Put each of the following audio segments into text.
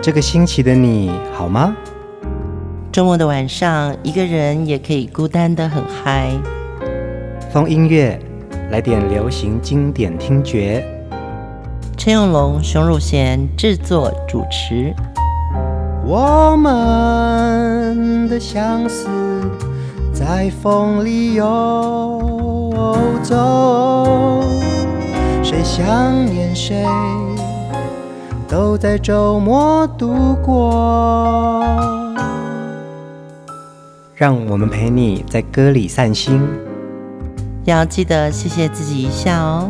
这个星期的你好吗？ 周末的晚上，一个人也可以孤单得很嗨。 风音乐，来点流行经典听觉。 陈永龙、熊汝贤制作主持。 我们的相思在风里游走，谁想念谁，都在周末度过。让我们陪你在歌里散心， 要记得谢谢自己一下哦。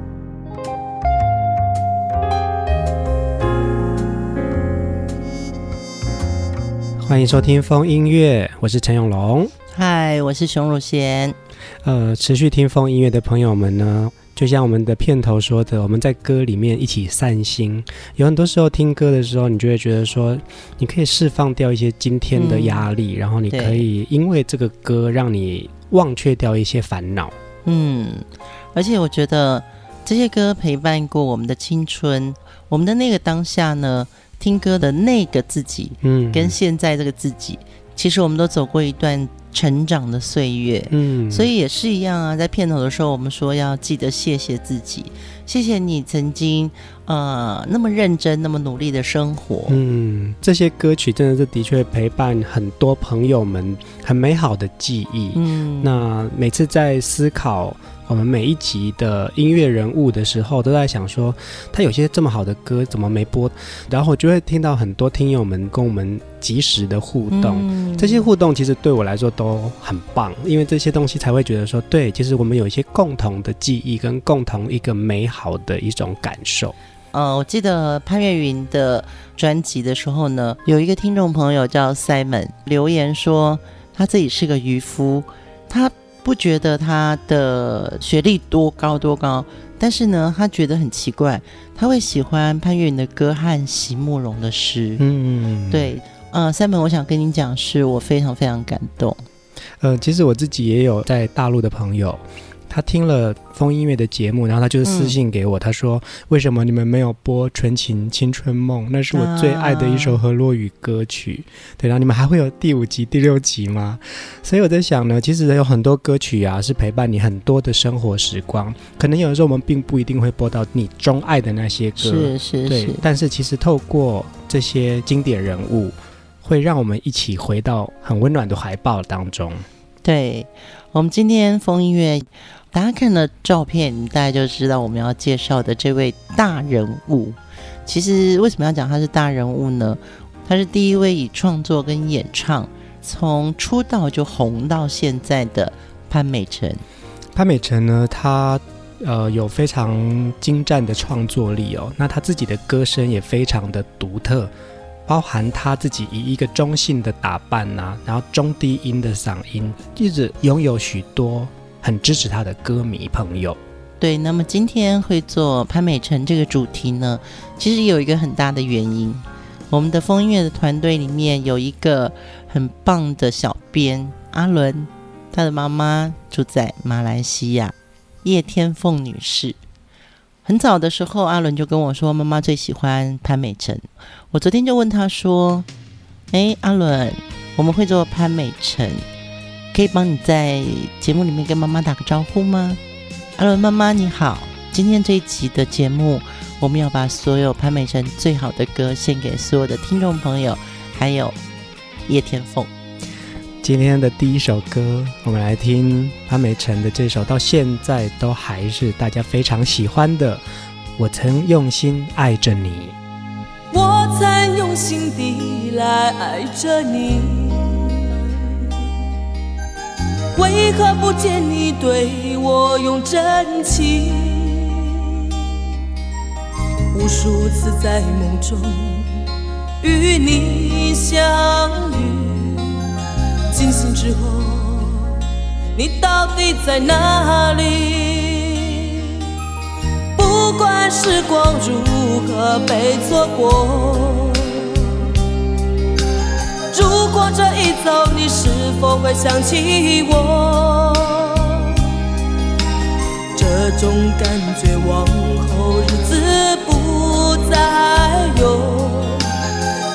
欢迎收听风音乐，我是陈永龙。 嗨，我是熊汝贤。 持续听风音乐的朋友们呢，就像我们的片头说的，我们在歌里面一起散心。有很多时候听歌的时候，你就会觉得说，你可以释放掉一些今天的压力，然后你可以因为这个歌让你忘却掉一些烦恼。 而且我觉得这些歌陪伴过我们的青春，我们的那个当下呢，听歌的那个自己，跟现在这个自己，其实我们都走过一段成长的岁月，所以也是一样啊。在片头的时候，我们说要记得谢谢自己，谢谢你曾经那么认真、那么努力的生活。这些歌曲真的是的确陪伴很多朋友们很美好的记忆。那每次在思考我们每一集的音乐人物的时候，都在想说，他有些这么好的歌怎么没播？然后我就会听到很多听友们跟我们及时的互动，这些互动其实对我来说都很棒，因为这些东西才会觉得说，对，其实我们有一些共同的记忆跟共同一个美好的一种感受。我记得潘越云的专辑的时候呢，有一个听众朋友叫 Simon 留言说，他自己是个渔夫，他不觉得他的学历多高，但是呢，他觉得很奇怪，他会喜欢潘越云的歌和席慕容的诗。对，Simon， 我想跟你讲，是我非常非常感动。其实我自己也有在大陆的朋友，他听了风音乐的节目，然后他就是私信给我，他说为什么你们没有播《纯情青春梦》，那是我最爱的一首河洛语歌曲。对，然后你们还会有第5集第6集吗？所以我在想呢，其实有很多歌曲啊是陪伴你很多的生活时光，可能有的时候我们并不一定会播到你钟爱的那些歌，对，但是其实透过这些经典人物，会让我们一起回到很温暖的怀抱当中。对，我们今天风音乐，大家看了照片，你大概就知道我们要介绍的这位大人物。其实为什么要讲他是大人物呢？他是第一位以创作跟演唱从出道就红到现在的潘美辰。潘美辰呢，他有非常精湛的创作力哦，那他自己的歌声也非常的独特，包含他自己以一个中性的打扮啊，然后中低音的嗓音，一直拥有许多很支持他的歌迷朋友。对，那么今天会做潘美辰这个主题呢，其实有一个很大的原因，我们的风音乐的团队里面有一个很棒的小编阿伦，他的妈妈住在马来西亚，叶天凤女士。很早的时候，阿伦就跟我说，妈妈最喜欢潘美辰。我昨天就问他说，阿伦，我们会做潘美辰，可以帮你在节目里面跟妈妈打个招呼吗？阿伦妈妈你好，今天这一集的节目，我们要把所有潘美辰最好的歌献给所有的听众朋友，还有叶天凤。今天的第一首歌，我们来听潘美辰的这首到现在都还是大家非常喜欢的《我曾用心爱着你》。 我曾用心地来爱着你，为何不见你对我用真情？无数次在梦中与你相遇，惊醒之后你到底在哪里？不管时光如何被错过，如果这一走你是否会想起我？这种感觉往后日子不再有，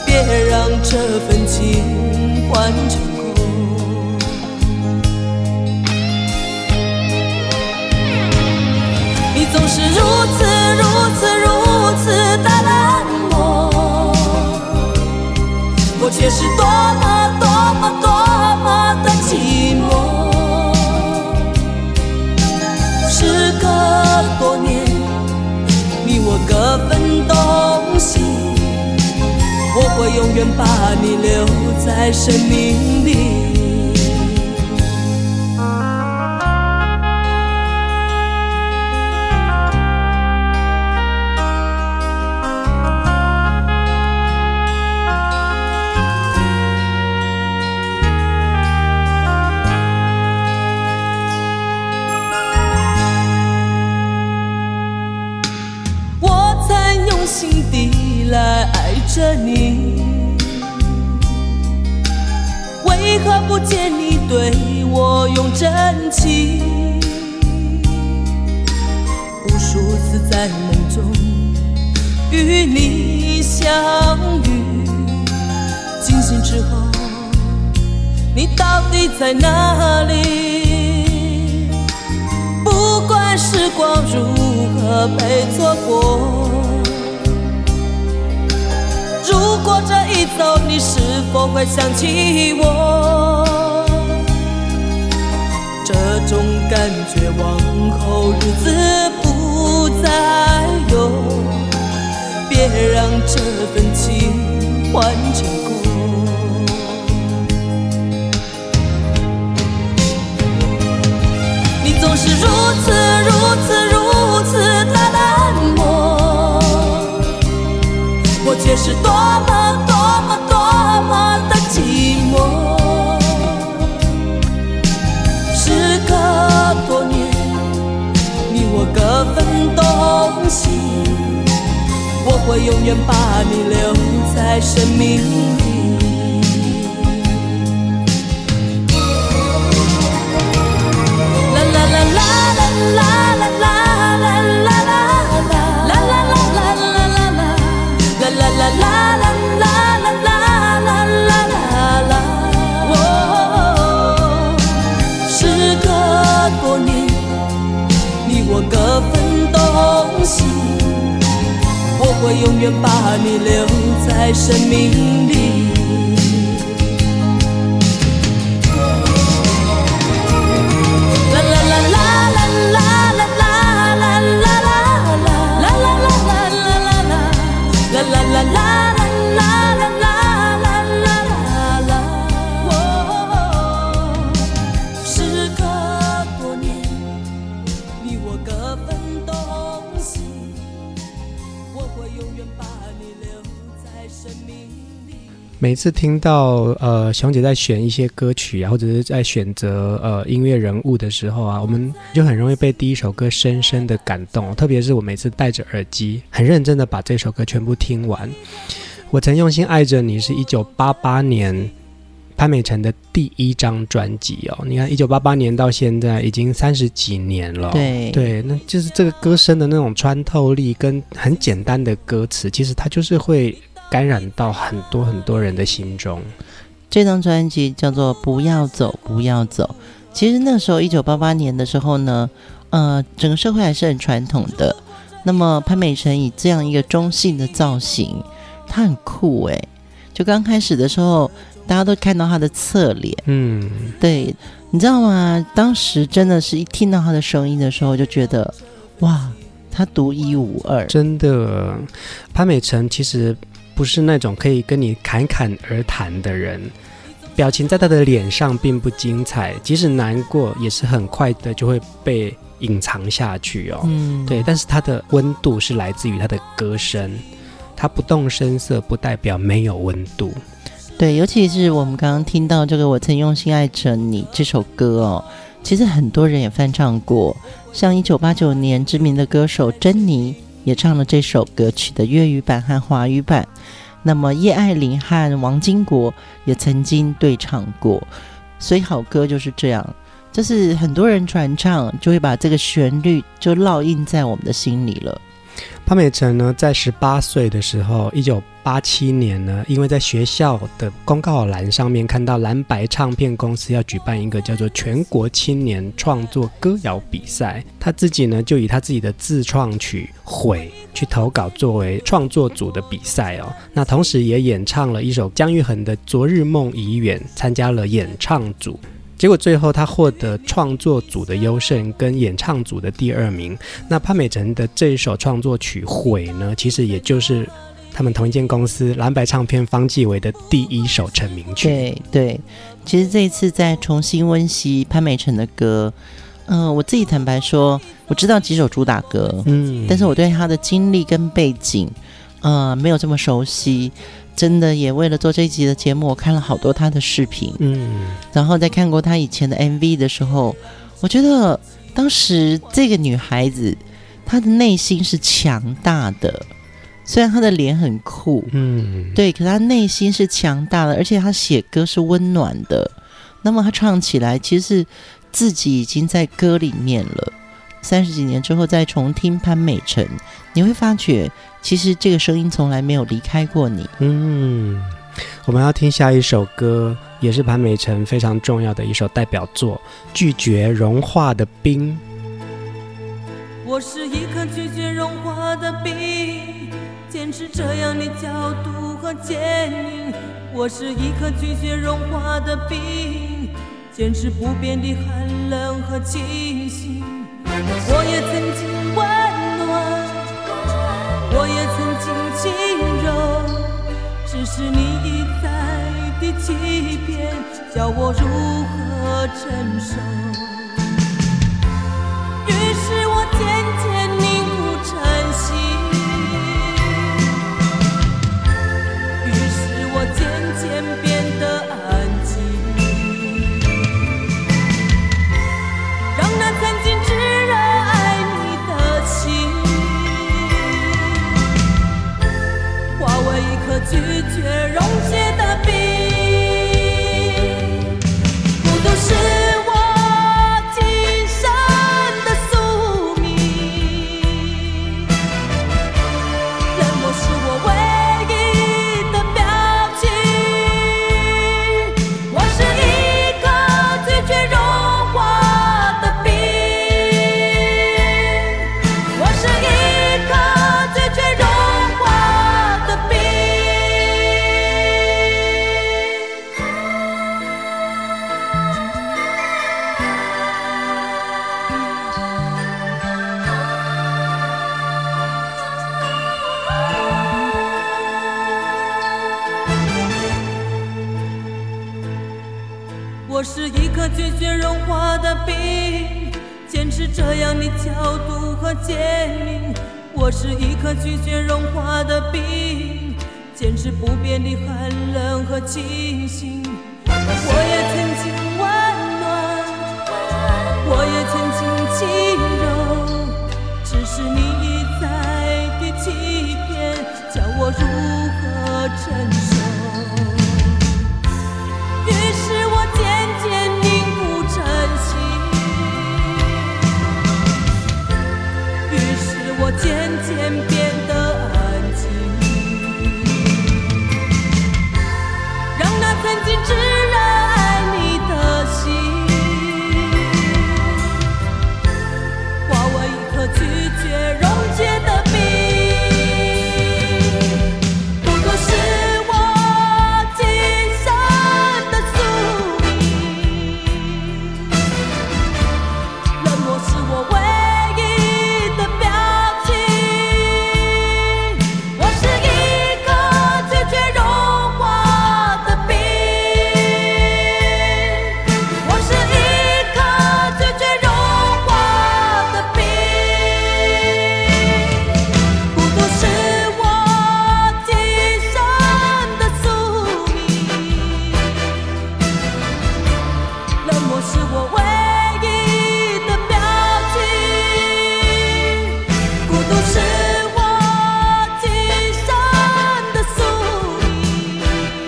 各分东西，我会永远把你留在生命里。心底来爱着你，为何不见你对我用真情？无数次在梦中与你相遇，惊醒之后你到底在哪里？不管时光如何被错过，如果这一走，你是否会想起我？这种感觉往后日子不再有，别让这份情换成空。你总是如此的冷漠，我却是多么的寂寞。时隔多年，你我各分东西，我会永远把你留在生命里。啦啦啦啦啦啦啦啦。啦啦啦啦啦啦啦啦啦啦！哦，时隔多年，你我各分东西，我会永远把你留在生命里。啦啦啦啦啦啦啦啦啦啦啦啦啦啦啦！啦啦啦啦啦啦啦啦啦啦！哦，时隔多年，你我各分东西，我会永远把你留在生命里。 每次听到熊姐在选一些歌曲啊，或者是在选择音乐人物的时候啊，我们就很容易被第一首歌深深的感动。特别是我每次戴着耳机，很认真的把这首歌全部听完。我曾用心爱着你是1988年潘美辰的第一张专辑哦。你看1988年到现在已经30几年了。对，那就是这个歌声的那种穿透力跟很简单的歌词，其实它就是会感染到很多很多人的心中。 这张专辑叫做不要走不要走。其实那时候1988年的时候呢，整个社会还是很传统的。那么潘美辰以这样一个中性的造型，他很酷耶。就刚开始的时候大家都看到他的侧脸，对，你知道吗？当时真的是一听到他的声音的时候就觉得哇，他独一无二。真的，潘美辰其实不是那种可以跟你侃侃而谈的人，表情在他的脸上并不精彩，即使难过也是很快的就会被隐藏下去哦。对，但是他的温度是来自于他的歌声，他不动声色不代表没有温度。 对，尤其是我们刚刚听到这个我曾用心爱着你这首歌哦，其实很多人也翻唱过，像1989年知名的歌手珍妮也唱了这首歌曲的粤语版和华语版，那么叶爱玲和王金国也曾经对唱过。所以好歌就是这样，就是很多人传唱，就会把这个旋律就烙印在我们的心里了。 潘美辰呢，在18岁的时候，1987年呢，因为在学校的公告栏上面看到蓝白唱片公司要举办一个叫做全国青年创作歌谣比赛，他自己呢就以他自己的自创曲《悔》去投稿作为创作组的比赛哦。那同时也演唱了一首姜育恒的《昨日梦已远》，参加了演唱组。 结果最后他获得创作组的优胜跟演唱组的第2名。那潘美辰的这一首创作曲《悔》呢，其实也就是他们同一间公司蓝白唱片方季惟的第1首成名曲。 对对，其实这一次在重新温习潘美辰的歌，我自己坦白说，我知道几首主打歌，但是我对他的经历跟背景，没有这么熟悉。真的也为了做这一集的节目，我看了好多他的视频，然后在看过他以前的 MV 的时候，我觉得当时这个女孩子，她的内心是强大的。虽然她的脸很酷，对，可是她内心是强大的，而且她写歌是温暖的。那么她唱起来，其实是自己已经在歌里面了。30几年之后再重听潘美辰，你会发觉其实这个声音从来没有离开过你。 我们要听下一首歌，也是潘美辰非常重要的一首代表作《拒绝融化的冰》。 我是一颗拒绝融化的冰，坚持这样的角度和坚硬。我是一颗拒绝融化的冰，坚持不变的寒冷和清醒。我也曾经温暖，我也曾经轻柔，只是你一再的欺骗，叫我如何承受。于是我渐渐凝固成心，于是我渐渐变得安静，让那曾经炙热爱你的心化为一颗拒绝溶解的冰。孤独是我今生的宿命，冷漠是我唯一的表情。我是一颗拒绝融化的冰，我是一颗拒绝融化的冰。我是一颗拒绝融化的冰，坚持这样的角度和坚定。我是一颗拒绝融化的冰，坚持不变的寒冷和清醒。我也曾经温暖，我也曾经轻柔，只是你一再的欺骗，叫我如何承受。于是我渐渐凝固成心，于是我渐渐变得安静，让那曾经炙热爱你的心化为一颗拒绝溶解的冰。孤独是我今生的宿命，冷漠是我唯一的表情。我是一颗拒绝融化的冰，我是一颗拒绝融化的冰。孤独是我今生的宿命，冷漠是我唯一的表情。孤独是我今生的宿命，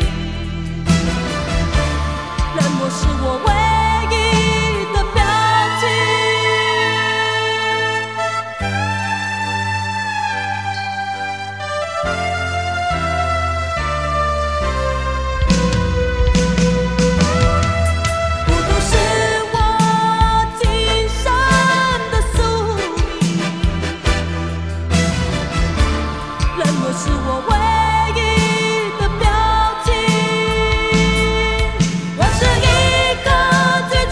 冷漠是我唯一的表情。孤独是我今生的宿命，冷漠是我唯一的表情。我是一颗拒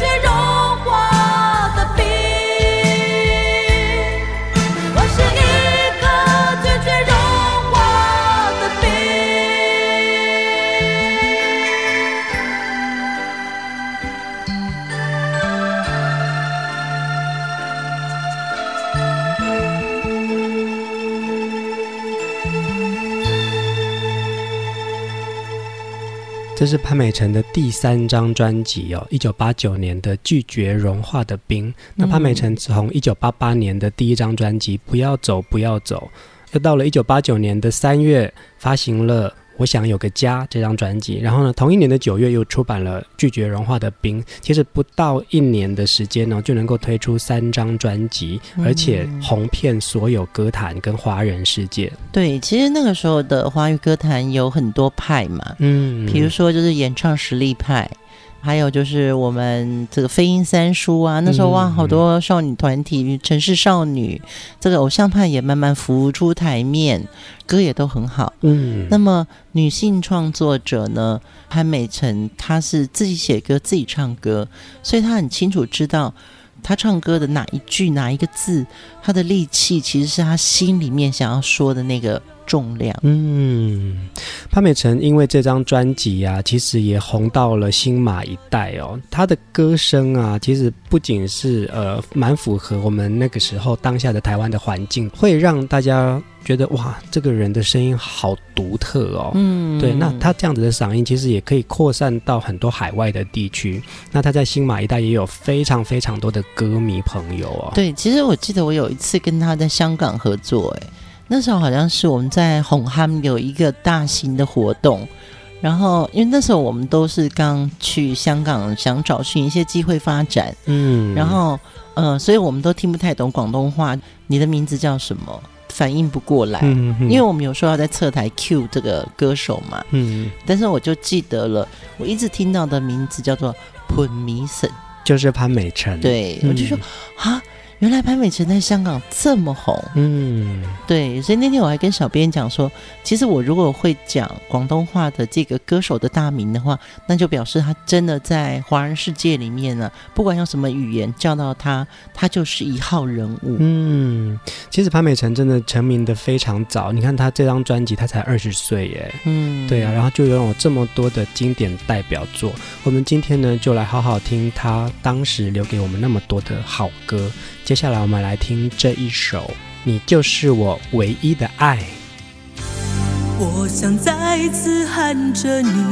这是潘美辰的第3张专辑哦，1989年的《拒绝融化的冰》。那潘美辰从1988年的第1张专辑《不要走不要走》，又到了1989年的3月发行了我想有个家这张专辑，然后呢，同一年的9月又出版了《拒绝融化的冰》。其实不到1年的时间呢，就能够推出3张专辑，而且红遍所有歌坛跟华人世界。 对，其实那个时候的华语歌坛有很多派嘛，比如说就是演唱实力派，还有就是我们这个飞鹰三叔啊，那时候哇，好多少女团体，城市少女，这个偶像派也慢慢浮出台面，歌也都很好。那么女性创作者呢，潘美辰她是自己写歌自己唱歌，所以她很清楚知道她唱歌的哪一句哪一个字，她的力气其实是她心里面想要说的那个重量。 潘美辰因为这张专辑啊，其实也红到了新马一代哦。她的歌声啊，其实不仅是蛮符合我们那个时候当下的台湾的环境，会让大家觉得哇，这个人的声音好独特哦。对，那他这样子的嗓音其实也可以扩散到很多海外的地区。那他在新马一带也有非常非常多的歌迷朋友哦。 对，其实我记得我有一次跟他在香港合作，那时候好像是我们在红磡有一个大型的活动，然后因为那时候我们都是刚去香港，想找寻一些机会发展，然后所以我们都听不太懂广东话，你的名字叫什么？反应不过来，因为我们有时候要在侧台 cue 这个歌手嘛，但是我就记得了，我一直听到的名字叫做潘美辰， 就是潘美辰。 对，我就说啊，原来潘美辰在香港这么红。对，所以那天我还跟小编讲说，其实我如果会讲广东话的这个歌手的大名的话，那就表示他真的在华人世界里面呢，不管用什么语言叫到他，他就是一号人物。 其实潘美辰真的成名的非常早，你看他这张专辑他才20岁耶。对啊，然后就拥有这么多的经典代表作。我们今天呢，就来好好听他当时留给我们那么多的好歌。接下来我们来听这一首《你就是我唯一的爱》。 我想再次喊着你，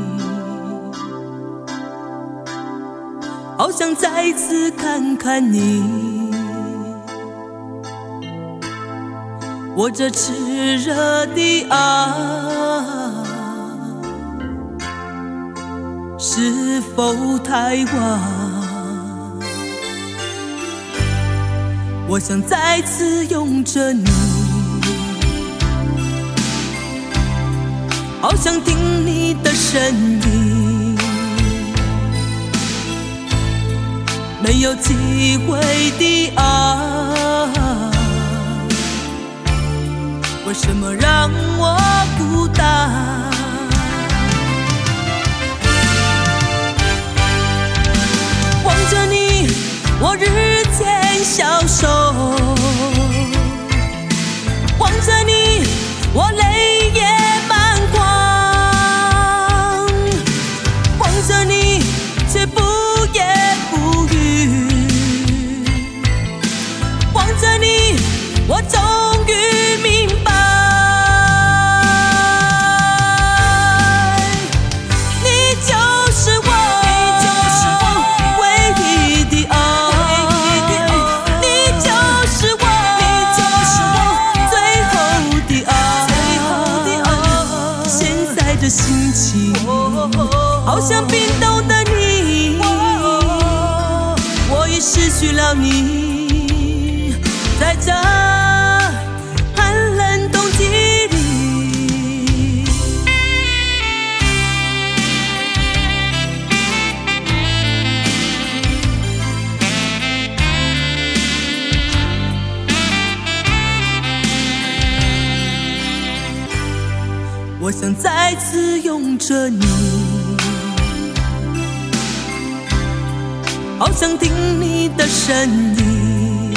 好想再次看看你，我这炽热的爱是否太晚？我想再次拥着你，好想听你的声音，没有机会的爱，为什么让我孤单？望着你，我日渐消瘦，望着你，我泪也满眶，望着你，却不言不语，望着你，我终于明白，你就是我唯一的爱，你就是我最后的爱，现在这心情好像冰冻的你，我已失去了你，在这寒冷冬季里。我想再次拥着你，好想听你的声音，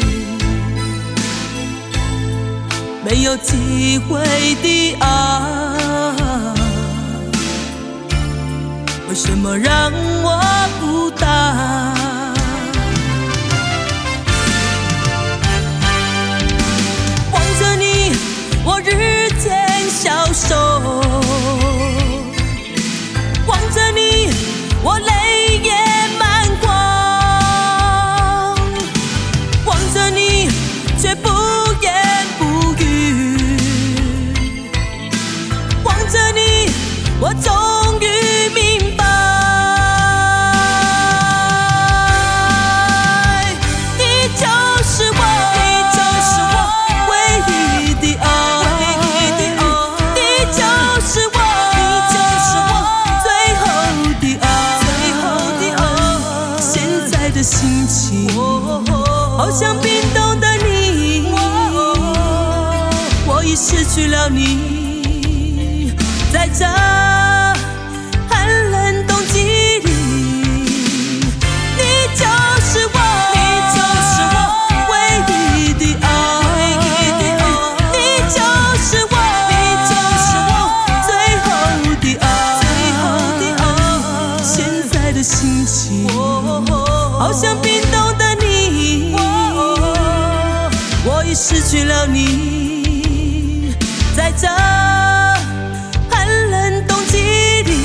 没有机会的爱，为什么让我孤单？望着你，我日渐消瘦， 我终于明白，你就是我唯一的爱，你就是我最后的爱，现在的心情好像冰冻的你，我已失去了你，在这寒冷冬季里，你就是我唯一的爱，你就是我最后的爱，现在的心情好像冰冻的你，我已失去了你，在这寒冷冬季里。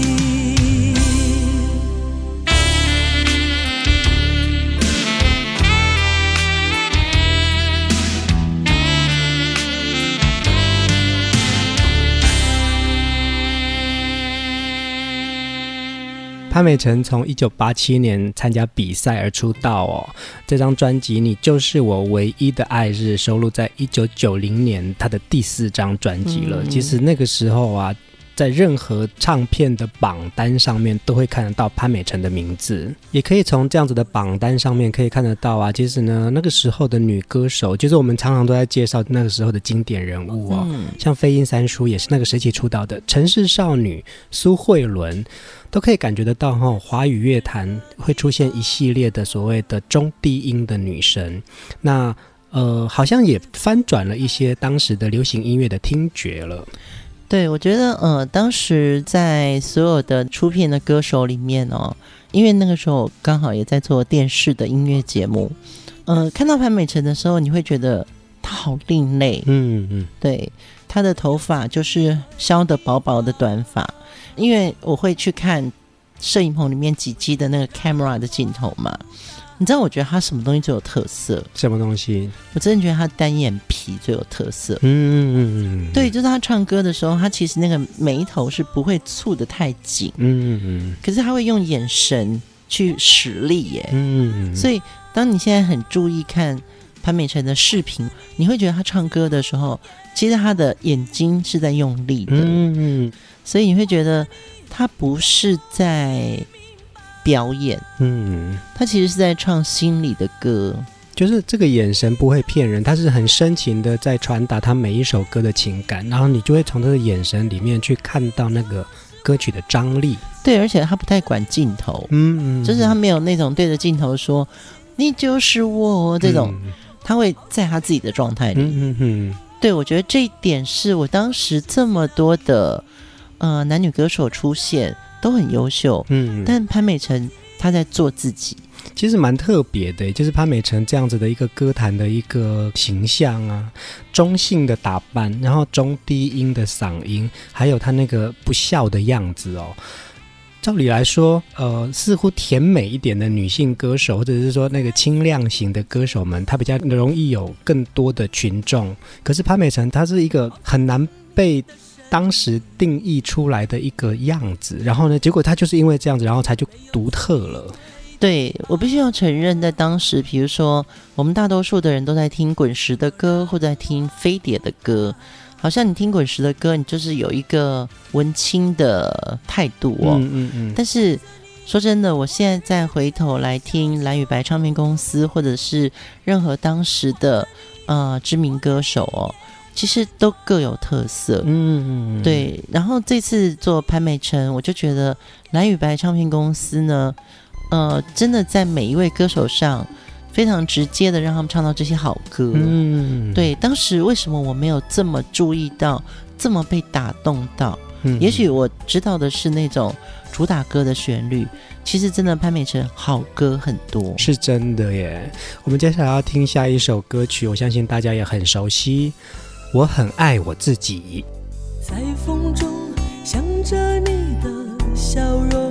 潘美辰从1987年参加比赛而出道哦，这张专辑《你就是我唯一的爱日》收录在1990年他的第4张专辑了。其实那个时候啊，在任何唱片的榜单上面都会看得到潘美辰的名字，也可以从这样子的榜单上面可以看得到啊，其实呢那个时候的女歌手，就是我们常常都在介绍那个时候的经典人物哦，像飞鹰三叔也是那个时期出道的，城市少女苏慧伦，都可以感觉得到华语乐坛会出现一系列的所谓的中低音的女生，那好像也翻转了一些当时的流行音乐的听觉了。 对，我觉得当时在所有的出片的歌手里面哦，因为那个时候刚好也在做电视的音乐节目，看到潘美辰的时候，你会觉得她好另类，对，她的头发就是削得薄薄的短发，因为我会去看摄影棚里面几机的那个 camera 的镜头嘛，你知道我觉得他什么东西最有特色？ 什么东西？我真的觉得他单眼皮最有特色。对，就是他唱歌的时候，他其实那个眉头是不会蹙得太紧，可是他会用眼神去使力耶。所以当你现在很注意看潘美辰的视频，你会觉得他唱歌的时候，其实他的眼睛是在用力的。所以你会觉得他不是在表演，他其实是在唱心里的歌， 就是这个眼神不会骗人，他是很深情的在传达他每一首歌的情感，然后你就会从他的眼神里面去看到那个歌曲的张力。 对，而且他不太管镜头，就是他没有那种对着镜头说你就是我这种，他会在他自己的状态里。对，我觉得这一点是我当时这么多的男女歌手出现都很优秀，但潘美辰她在做自己， 其实蛮特别的，就是潘美辰这样子的一个歌坛的一个形象啊，中性的打扮，然后中低音的嗓音，还有她那个不笑的样子哦。照理来说，似乎甜美一点的女性歌手，或者是说那个清亮型的歌手们，她比较容易有更多的群众。可是潘美辰她是一个很难被当时定义出来的一个样子，然后呢，结果他就是因为这样子，然后才就独特了。 对，我必须要承认，在当时，比如说我们大多数的人都在听滚石的歌，或者在听飞碟的歌，好像你听滚石的歌，你就是有一个文青的态度哦。但是说真的，我现在再回头来听蓝与白唱片公司，或者是任何当时的知名歌手哦，其实都各有特色。对。然后这次做潘美辰，我就觉得蓝与白唱片公司呢，真的在每一位歌手上非常直接的让他们唱到这些好歌。对，当时为什么我没有这么注意到，这么被打动到？也许我知道的是那种主打歌的旋律，其实真的潘美辰好歌很多， 是真的耶。我们接下来要听下一首歌曲，我相信大家也很熟悉，我很爱我自己。 在风中想着你的笑容，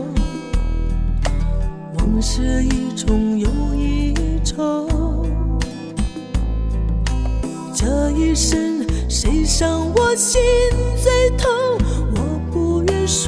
往事一重又一重，这一生谁伤我心最痛，我不愿说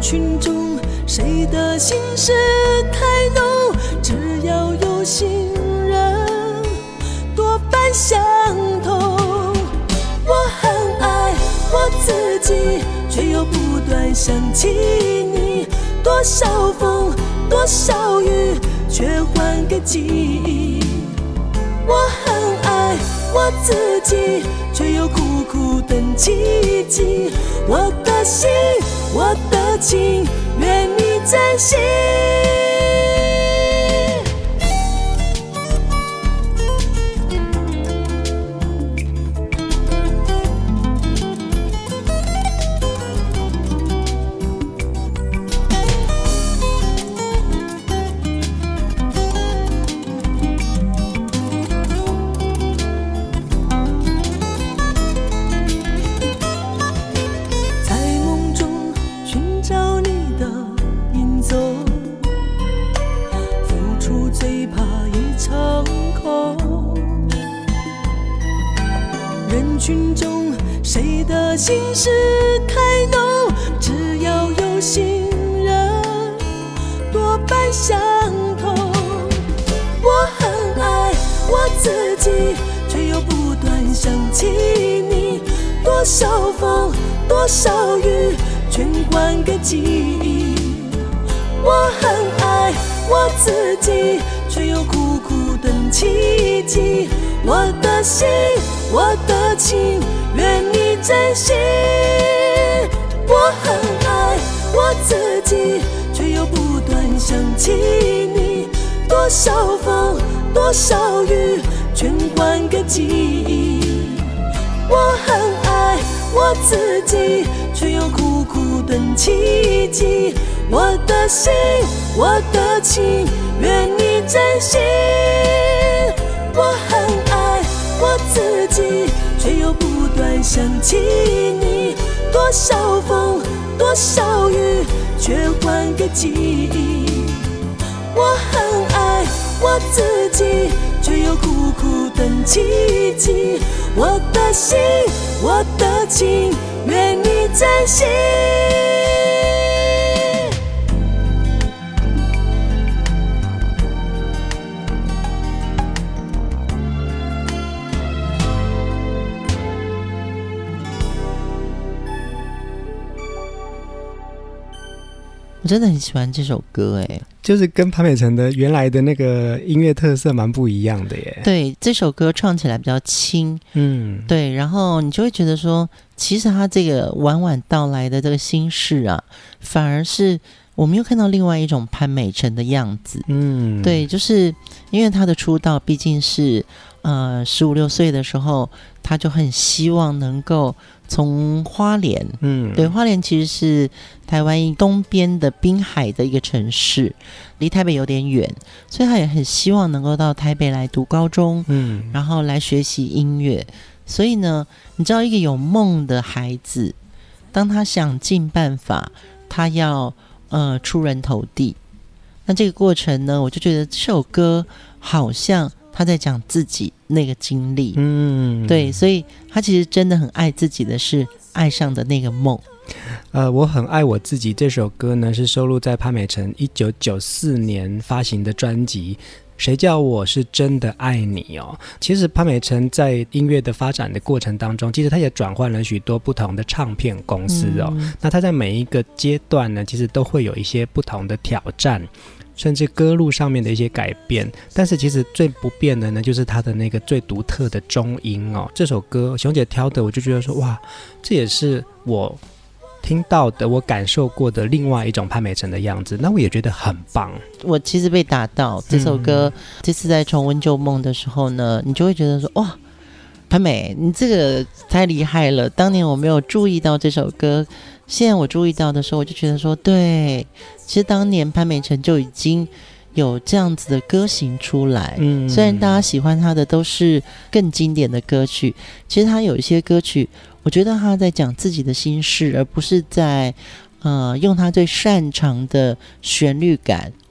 群中谁的心事太浓，只要有心人多半相同。我很爱我自己，却又不断想起你，多少风多少雨，却换个记忆。我很爱我自己，却又苦苦等奇迹。我的心，我的情，愿你珍惜。群中谁的心事太浓，只要有心人多半相同。我很爱我自己，却又不断想起你，多少风多少雨，全换个记忆。我很爱我自己，却又苦苦等奇迹。我的心，我的情，愿你珍惜。我很爱我自己，却又不断想起你，多少风多少雨，全换个记忆。我很爱我自己，却又苦苦等奇迹。我的心，我的情，愿你珍惜。我很爱我自己，却又不断想起你，多少风多少雨，却换个记忆。我很爱我自己，却又苦苦等奇迹。我的心，我的情，愿你珍惜。 我真的很喜欢这首歌耶， 就是跟潘美辰的原来的那个音乐特色蛮不一样的耶。 对，这首歌唱起来比较轻，对，然后你就会觉得说，其实他这个晚晚到来的这个心事啊，反而是我们又看到另外一种潘美辰的样子。对，就是因为他的出道毕竟是15、16岁的时候，他就很希望能够从花莲，对，花莲其实是台湾东边的滨海的一个城市，离台北有点远，所以他也很希望能够到台北来读高中，然后来学习音乐。所以呢，你知道一个有梦的孩子，当他想尽办法，他要出人头地。那这个过程呢，我就觉得这首歌好像他在讲自己那个经历，对，所以他其实真的很爱自己的是爱上的那个梦。 我很爱我自己这首歌呢，是收录在潘美辰1994年发行的专辑谁叫我是真的爱你哦。其实潘美辰在音乐的发展的过程当中，其实他也转换了许多不同的唱片公司哦。那他在每一个阶段呢，其实都会有一些不同的挑战，甚至歌路上面的一些改变，但是其实最不变的呢，就是他的那个最独特的中音哦。这首歌熊姐挑的，我就觉得说，哇，这也是我听到的，我感受过的另外一种潘美辰的样子，那我也觉得很棒。 我其实被打到这首歌，这次在重温旧梦的时候呢，你就会觉得说，哇，潘美，你这个太厉害了！当年我没有注意到这首歌，现在我注意到的时候，我就觉得说，对，其实当年潘美辰就已经有这样子的歌型出来。虽然大家喜欢他的都是更经典的歌曲，其实他有一些歌曲，我觉得他在讲自己的心事，而不是在用他最擅长的旋律感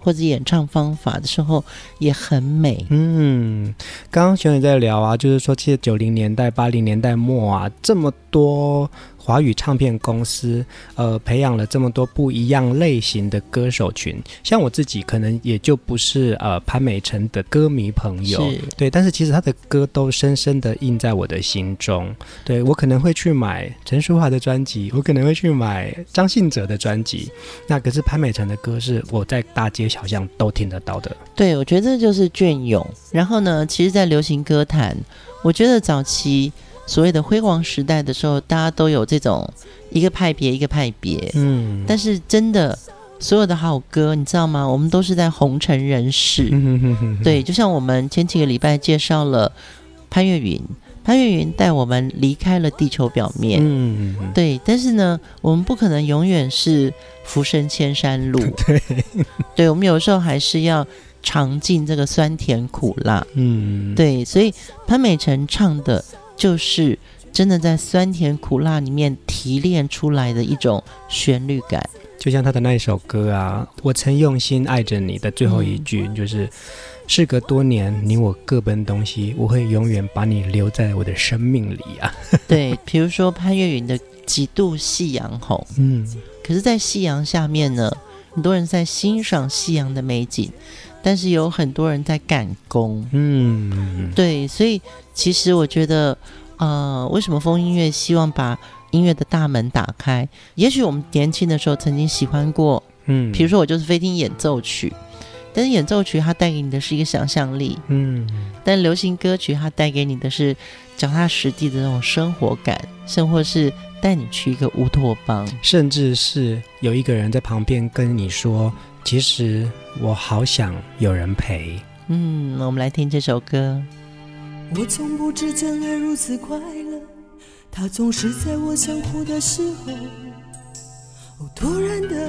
或者演唱方法的时候也很美。 刚刚学姐在聊啊，就是说其实90年代80年代末啊，这么多华语唱片公司培养了这么多不一样类型的歌手群，像我自己可能也就不是潘美辰的歌迷朋友，对，但是其实他的歌都深深的印在我的心中。对，我可能会去买陈淑桦的专辑，我可能会去买张信哲的专辑，那可是潘美辰的歌是我在大街小巷都听得到的。 对，我觉得这就是隽永。然后呢，其实在流行歌坛，我觉得早期所谓的辉煌时代的时候，大家都有这种一个派别一个派别，但是真的所有的好歌，你知道吗？我们都是在红尘人世，对，就像我们前几个礼拜介绍了潘越云带我们离开了地球表面，对，但是呢，我们不可能永远是浮生千山路，对，我们有时候还是要尝尽这个酸甜苦辣，对，所以潘美辰唱的就是真的在酸甜苦辣里面提炼出来的一种旋律感。 就像他的那一首歌啊，我曾用心爱着你的最后一句，就是事隔多年，你我各奔东西，我会永远把你留在我的生命里啊。 对，比如说潘越云的几度夕阳红，可是在夕阳下面呢，很多人在欣赏夕阳的美景，但是有很多人在赶工，对，所以其实我觉得为什么风音乐希望把音乐的大门打开？也许我们年轻的时候曾经喜欢过，比如说我就是非听演奏曲，但是演奏曲它带给你的是一个想象力，但流行歌曲它带给你的是脚踏实地的那种生活感，甚或是带你去一个乌托邦， 甚至是有一个人在旁边跟你说，其实我好想有人陪。 我们来听这首歌。 我从不知真爱如此快乐，它总是在我想哭的时候，突然的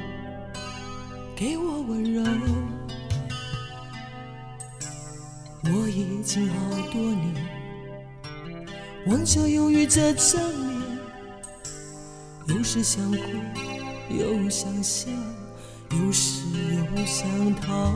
给我温柔。我已经好多年望着忧郁这张脸，有时想哭又想笑，有时又想逃。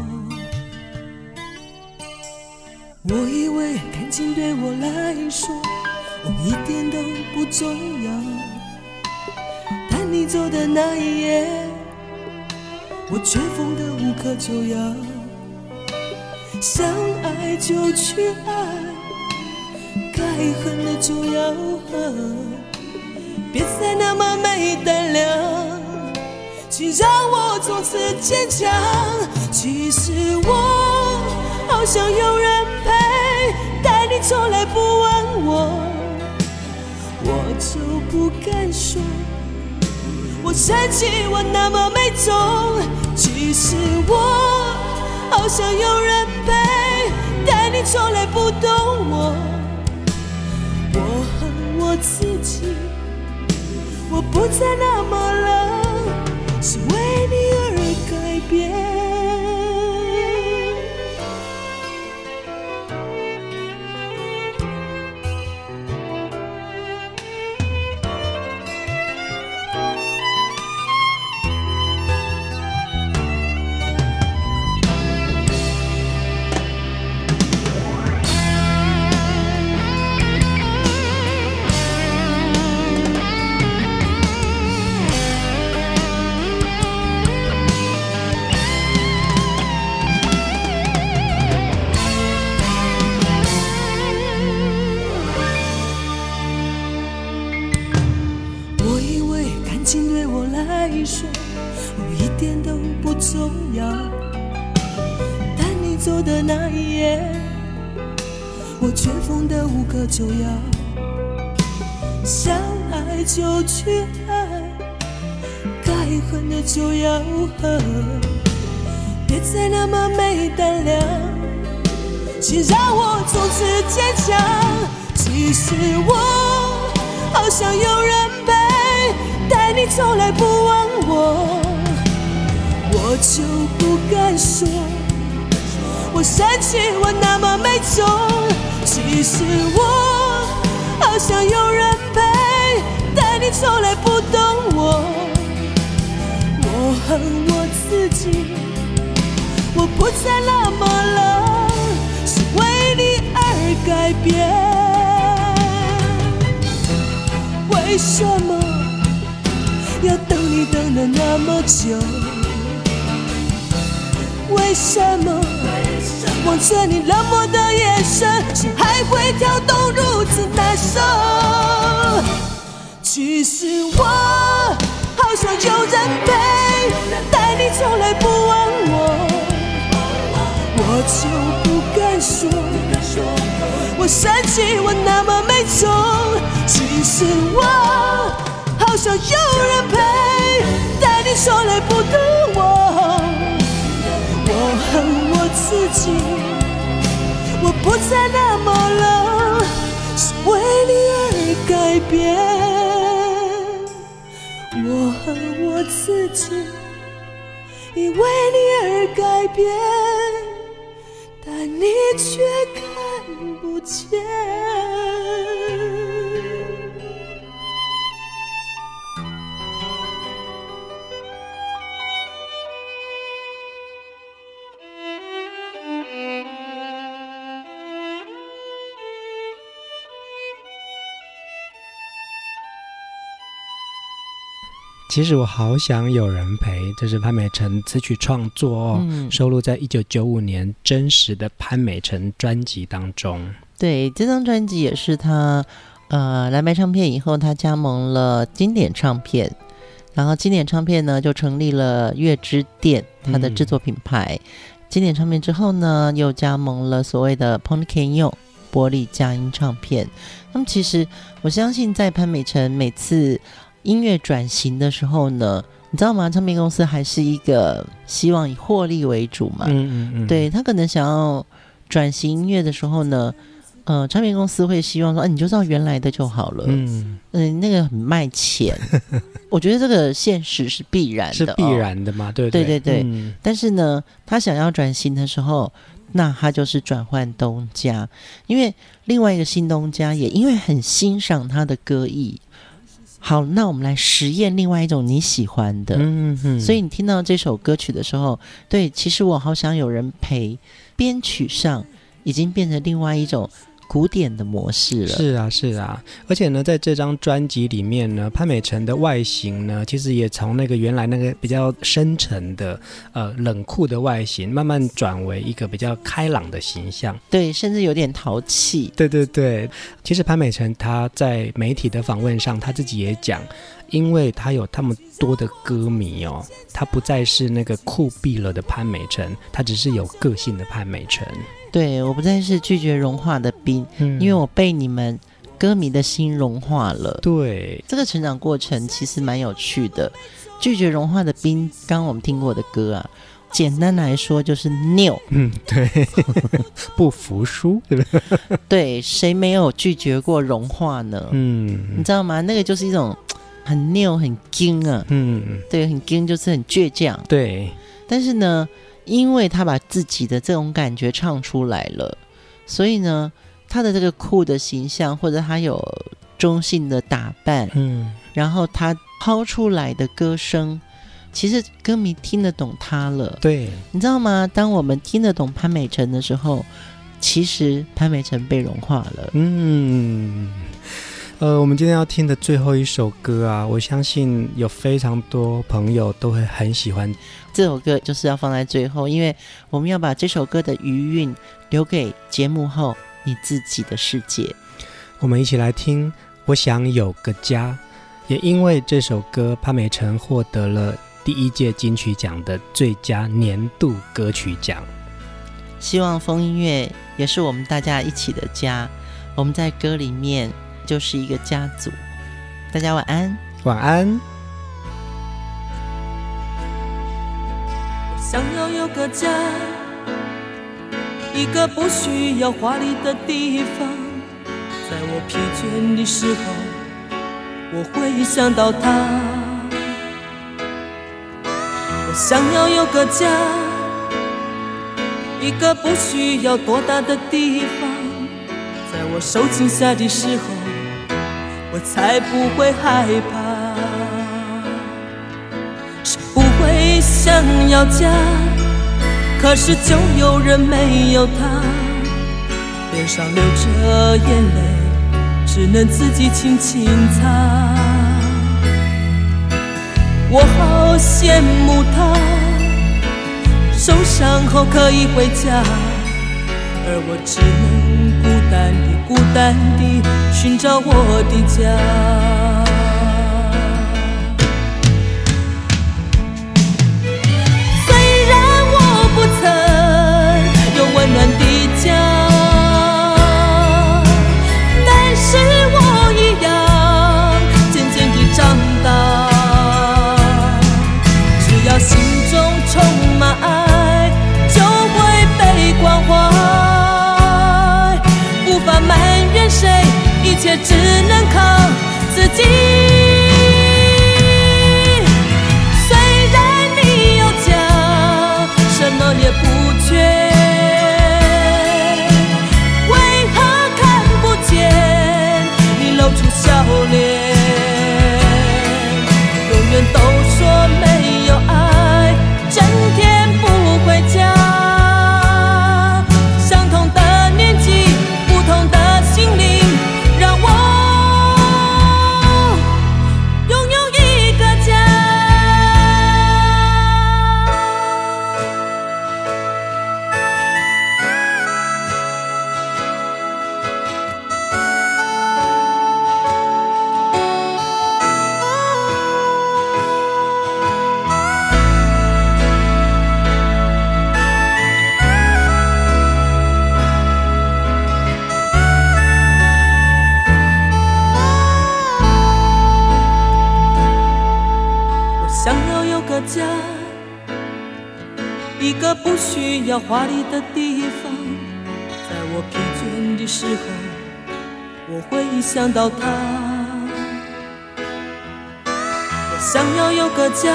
我以为感情对我来说一点都不重要，但你走的那一夜，我却疯得无可救药。想爱就去爱，该恨的就要恨，别再那么没胆量，请让我从此坚强。其实我好想有人陪，但你从来不问我，我就不敢说，我生气我那么没种。其实我好想有人陪，但你从来不懂我，我恨我自己，我不再那么冷，是为你而改变。一点都不重要，但你走的那一夜，我却疯得无可救药。想爱就去爱，该恨的就要恨，别再那么没胆量，请让我从此坚强。其实我好想有人陪，但你从来不问我，我就不敢说，我生气我那么没种。其实我好想有人陪，但你从来不懂我，我恨我自己， 不再那么冷，是为你而改变。为什么要等你等了那么久？为什么望着你冷漠的眼神，心还会跳动如此难受？其实我好想有人陪，但你从来不问我，我就不敢说，我生气我那么没种。其实我好想有人陪，但你从来不懂我，我恨我自己，我不再那么冷，是为你而改变。我恨我自己，因为你而改变，但你却看不见。 其实我好想有人陪，这是潘美辰词曲创作哦，收录在1995年真实的潘美辰专辑当中。 对，这张专辑也是他蓝白唱片以后，他加盟了经典唱片，然后经典唱片呢就成立了乐之店，他的制作品牌。经典唱片之后呢，又加盟了所谓的 Pony Canyon 玻璃佳音唱片。那么其实我相信，在潘美辰每次音乐转型的时候呢，你知道吗？唱片公司还是一个希望以获利为主嘛。对，他可能想要转型音乐的时候呢，唱片公司会希望说，你就照原来的就好了。那个很卖钱。我觉得这个现实是必然的， 是必然的嘛，对不对？ 对对对。但是呢，他想要转型的时候，那他就是转换东家，因为另外一个新东家也因为很欣赏他的歌艺。好，那我们来实验另外一种你喜欢的。所以你听到这首歌曲的时候，对，其实我好想有人陪，编曲上已经变成另外一种古典的模式了。 是啊是啊，而且呢，在这张专辑里面呢，潘美辰的外形呢，其实也从那个原来那个比较深沉的冷酷的外形，慢慢转为一个比较开朗的形象。 对，甚至有点淘气。 对对对，其实潘美辰他在媒体的访问上，他自己也讲，因为他有那么多的歌迷哦，他不再是那个酷毙了的潘美辰，他只是有个性的潘美辰。 对，我不再是拒绝融化的冰，因为我被你们歌迷的心融化了。 对， 这个成长过程其实蛮有趣的。拒绝融化的冰，刚刚我们听过的歌啊，简单来说就是拗。 对，不服输，对不对？ 对，谁没有拒绝过融化呢？你知道吗？那个就是一种很拗、很硬啊。对，很硬就是很倔强。 对， 但是呢，因为他把自己的这种感觉唱出来了，所以呢，他的这个酷的形象，或者他有中性的打扮，然后他抛出来的歌声，其实歌迷听得懂他了。 对， 你知道吗？当我们听得懂潘美辰的时候，其实潘美辰被融化了。 我们今天要听的最后一首歌啊，我相信有非常多朋友都会很喜欢。 这首歌就是要放在最后，因为我们要把这首歌的余韵留给节目后你自己的世界。 我们一起来听我想有个家，也因为这首歌，潘美辰获得了第1届金曲奖的最佳年度歌曲奖。 希望风音乐也是我们大家一起的家，我们在歌里面就是一个家族。大家晚安。 晚安。 我想要有个家，一个不需要华丽的地方，在我疲倦的时候，我会想到他。我想要有个家，一个不需要多大的地方，在我受惊吓的时候，我才不会害怕。谁不会想要家， 可是就有人没有他，脸上流着眼泪，只能自己轻轻擦。我好羡慕他，受伤后可以回家，而我只能孤单地寻找我的家。温暖的家，但是我一样渐渐地长大。只要心中充满爱，就会被关怀。无法埋怨谁，一切只能靠自己。虽然你有家，什么也不缺。露出笑脸，永远都说没有爱，整天不回家。相同的年纪，不同的心灵，让我拥有一个家。想要有个家，一个不需要华丽的地方。在我疲倦的时候，我会想到他。我想要有个家，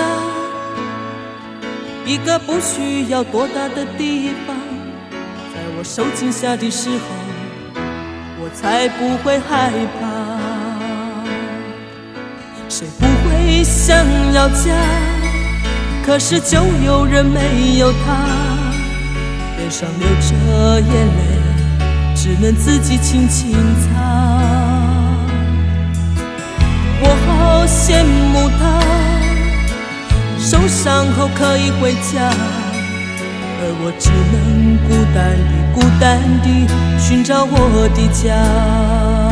一个不需要多大的地方。在我受惊吓的时候，我才不会害怕。谁不会想要家？可是就有人没有他，脸上流着眼泪，只能自己轻轻擦。我好羡慕他，受伤后可以回家，而我只能孤单地寻找我的家。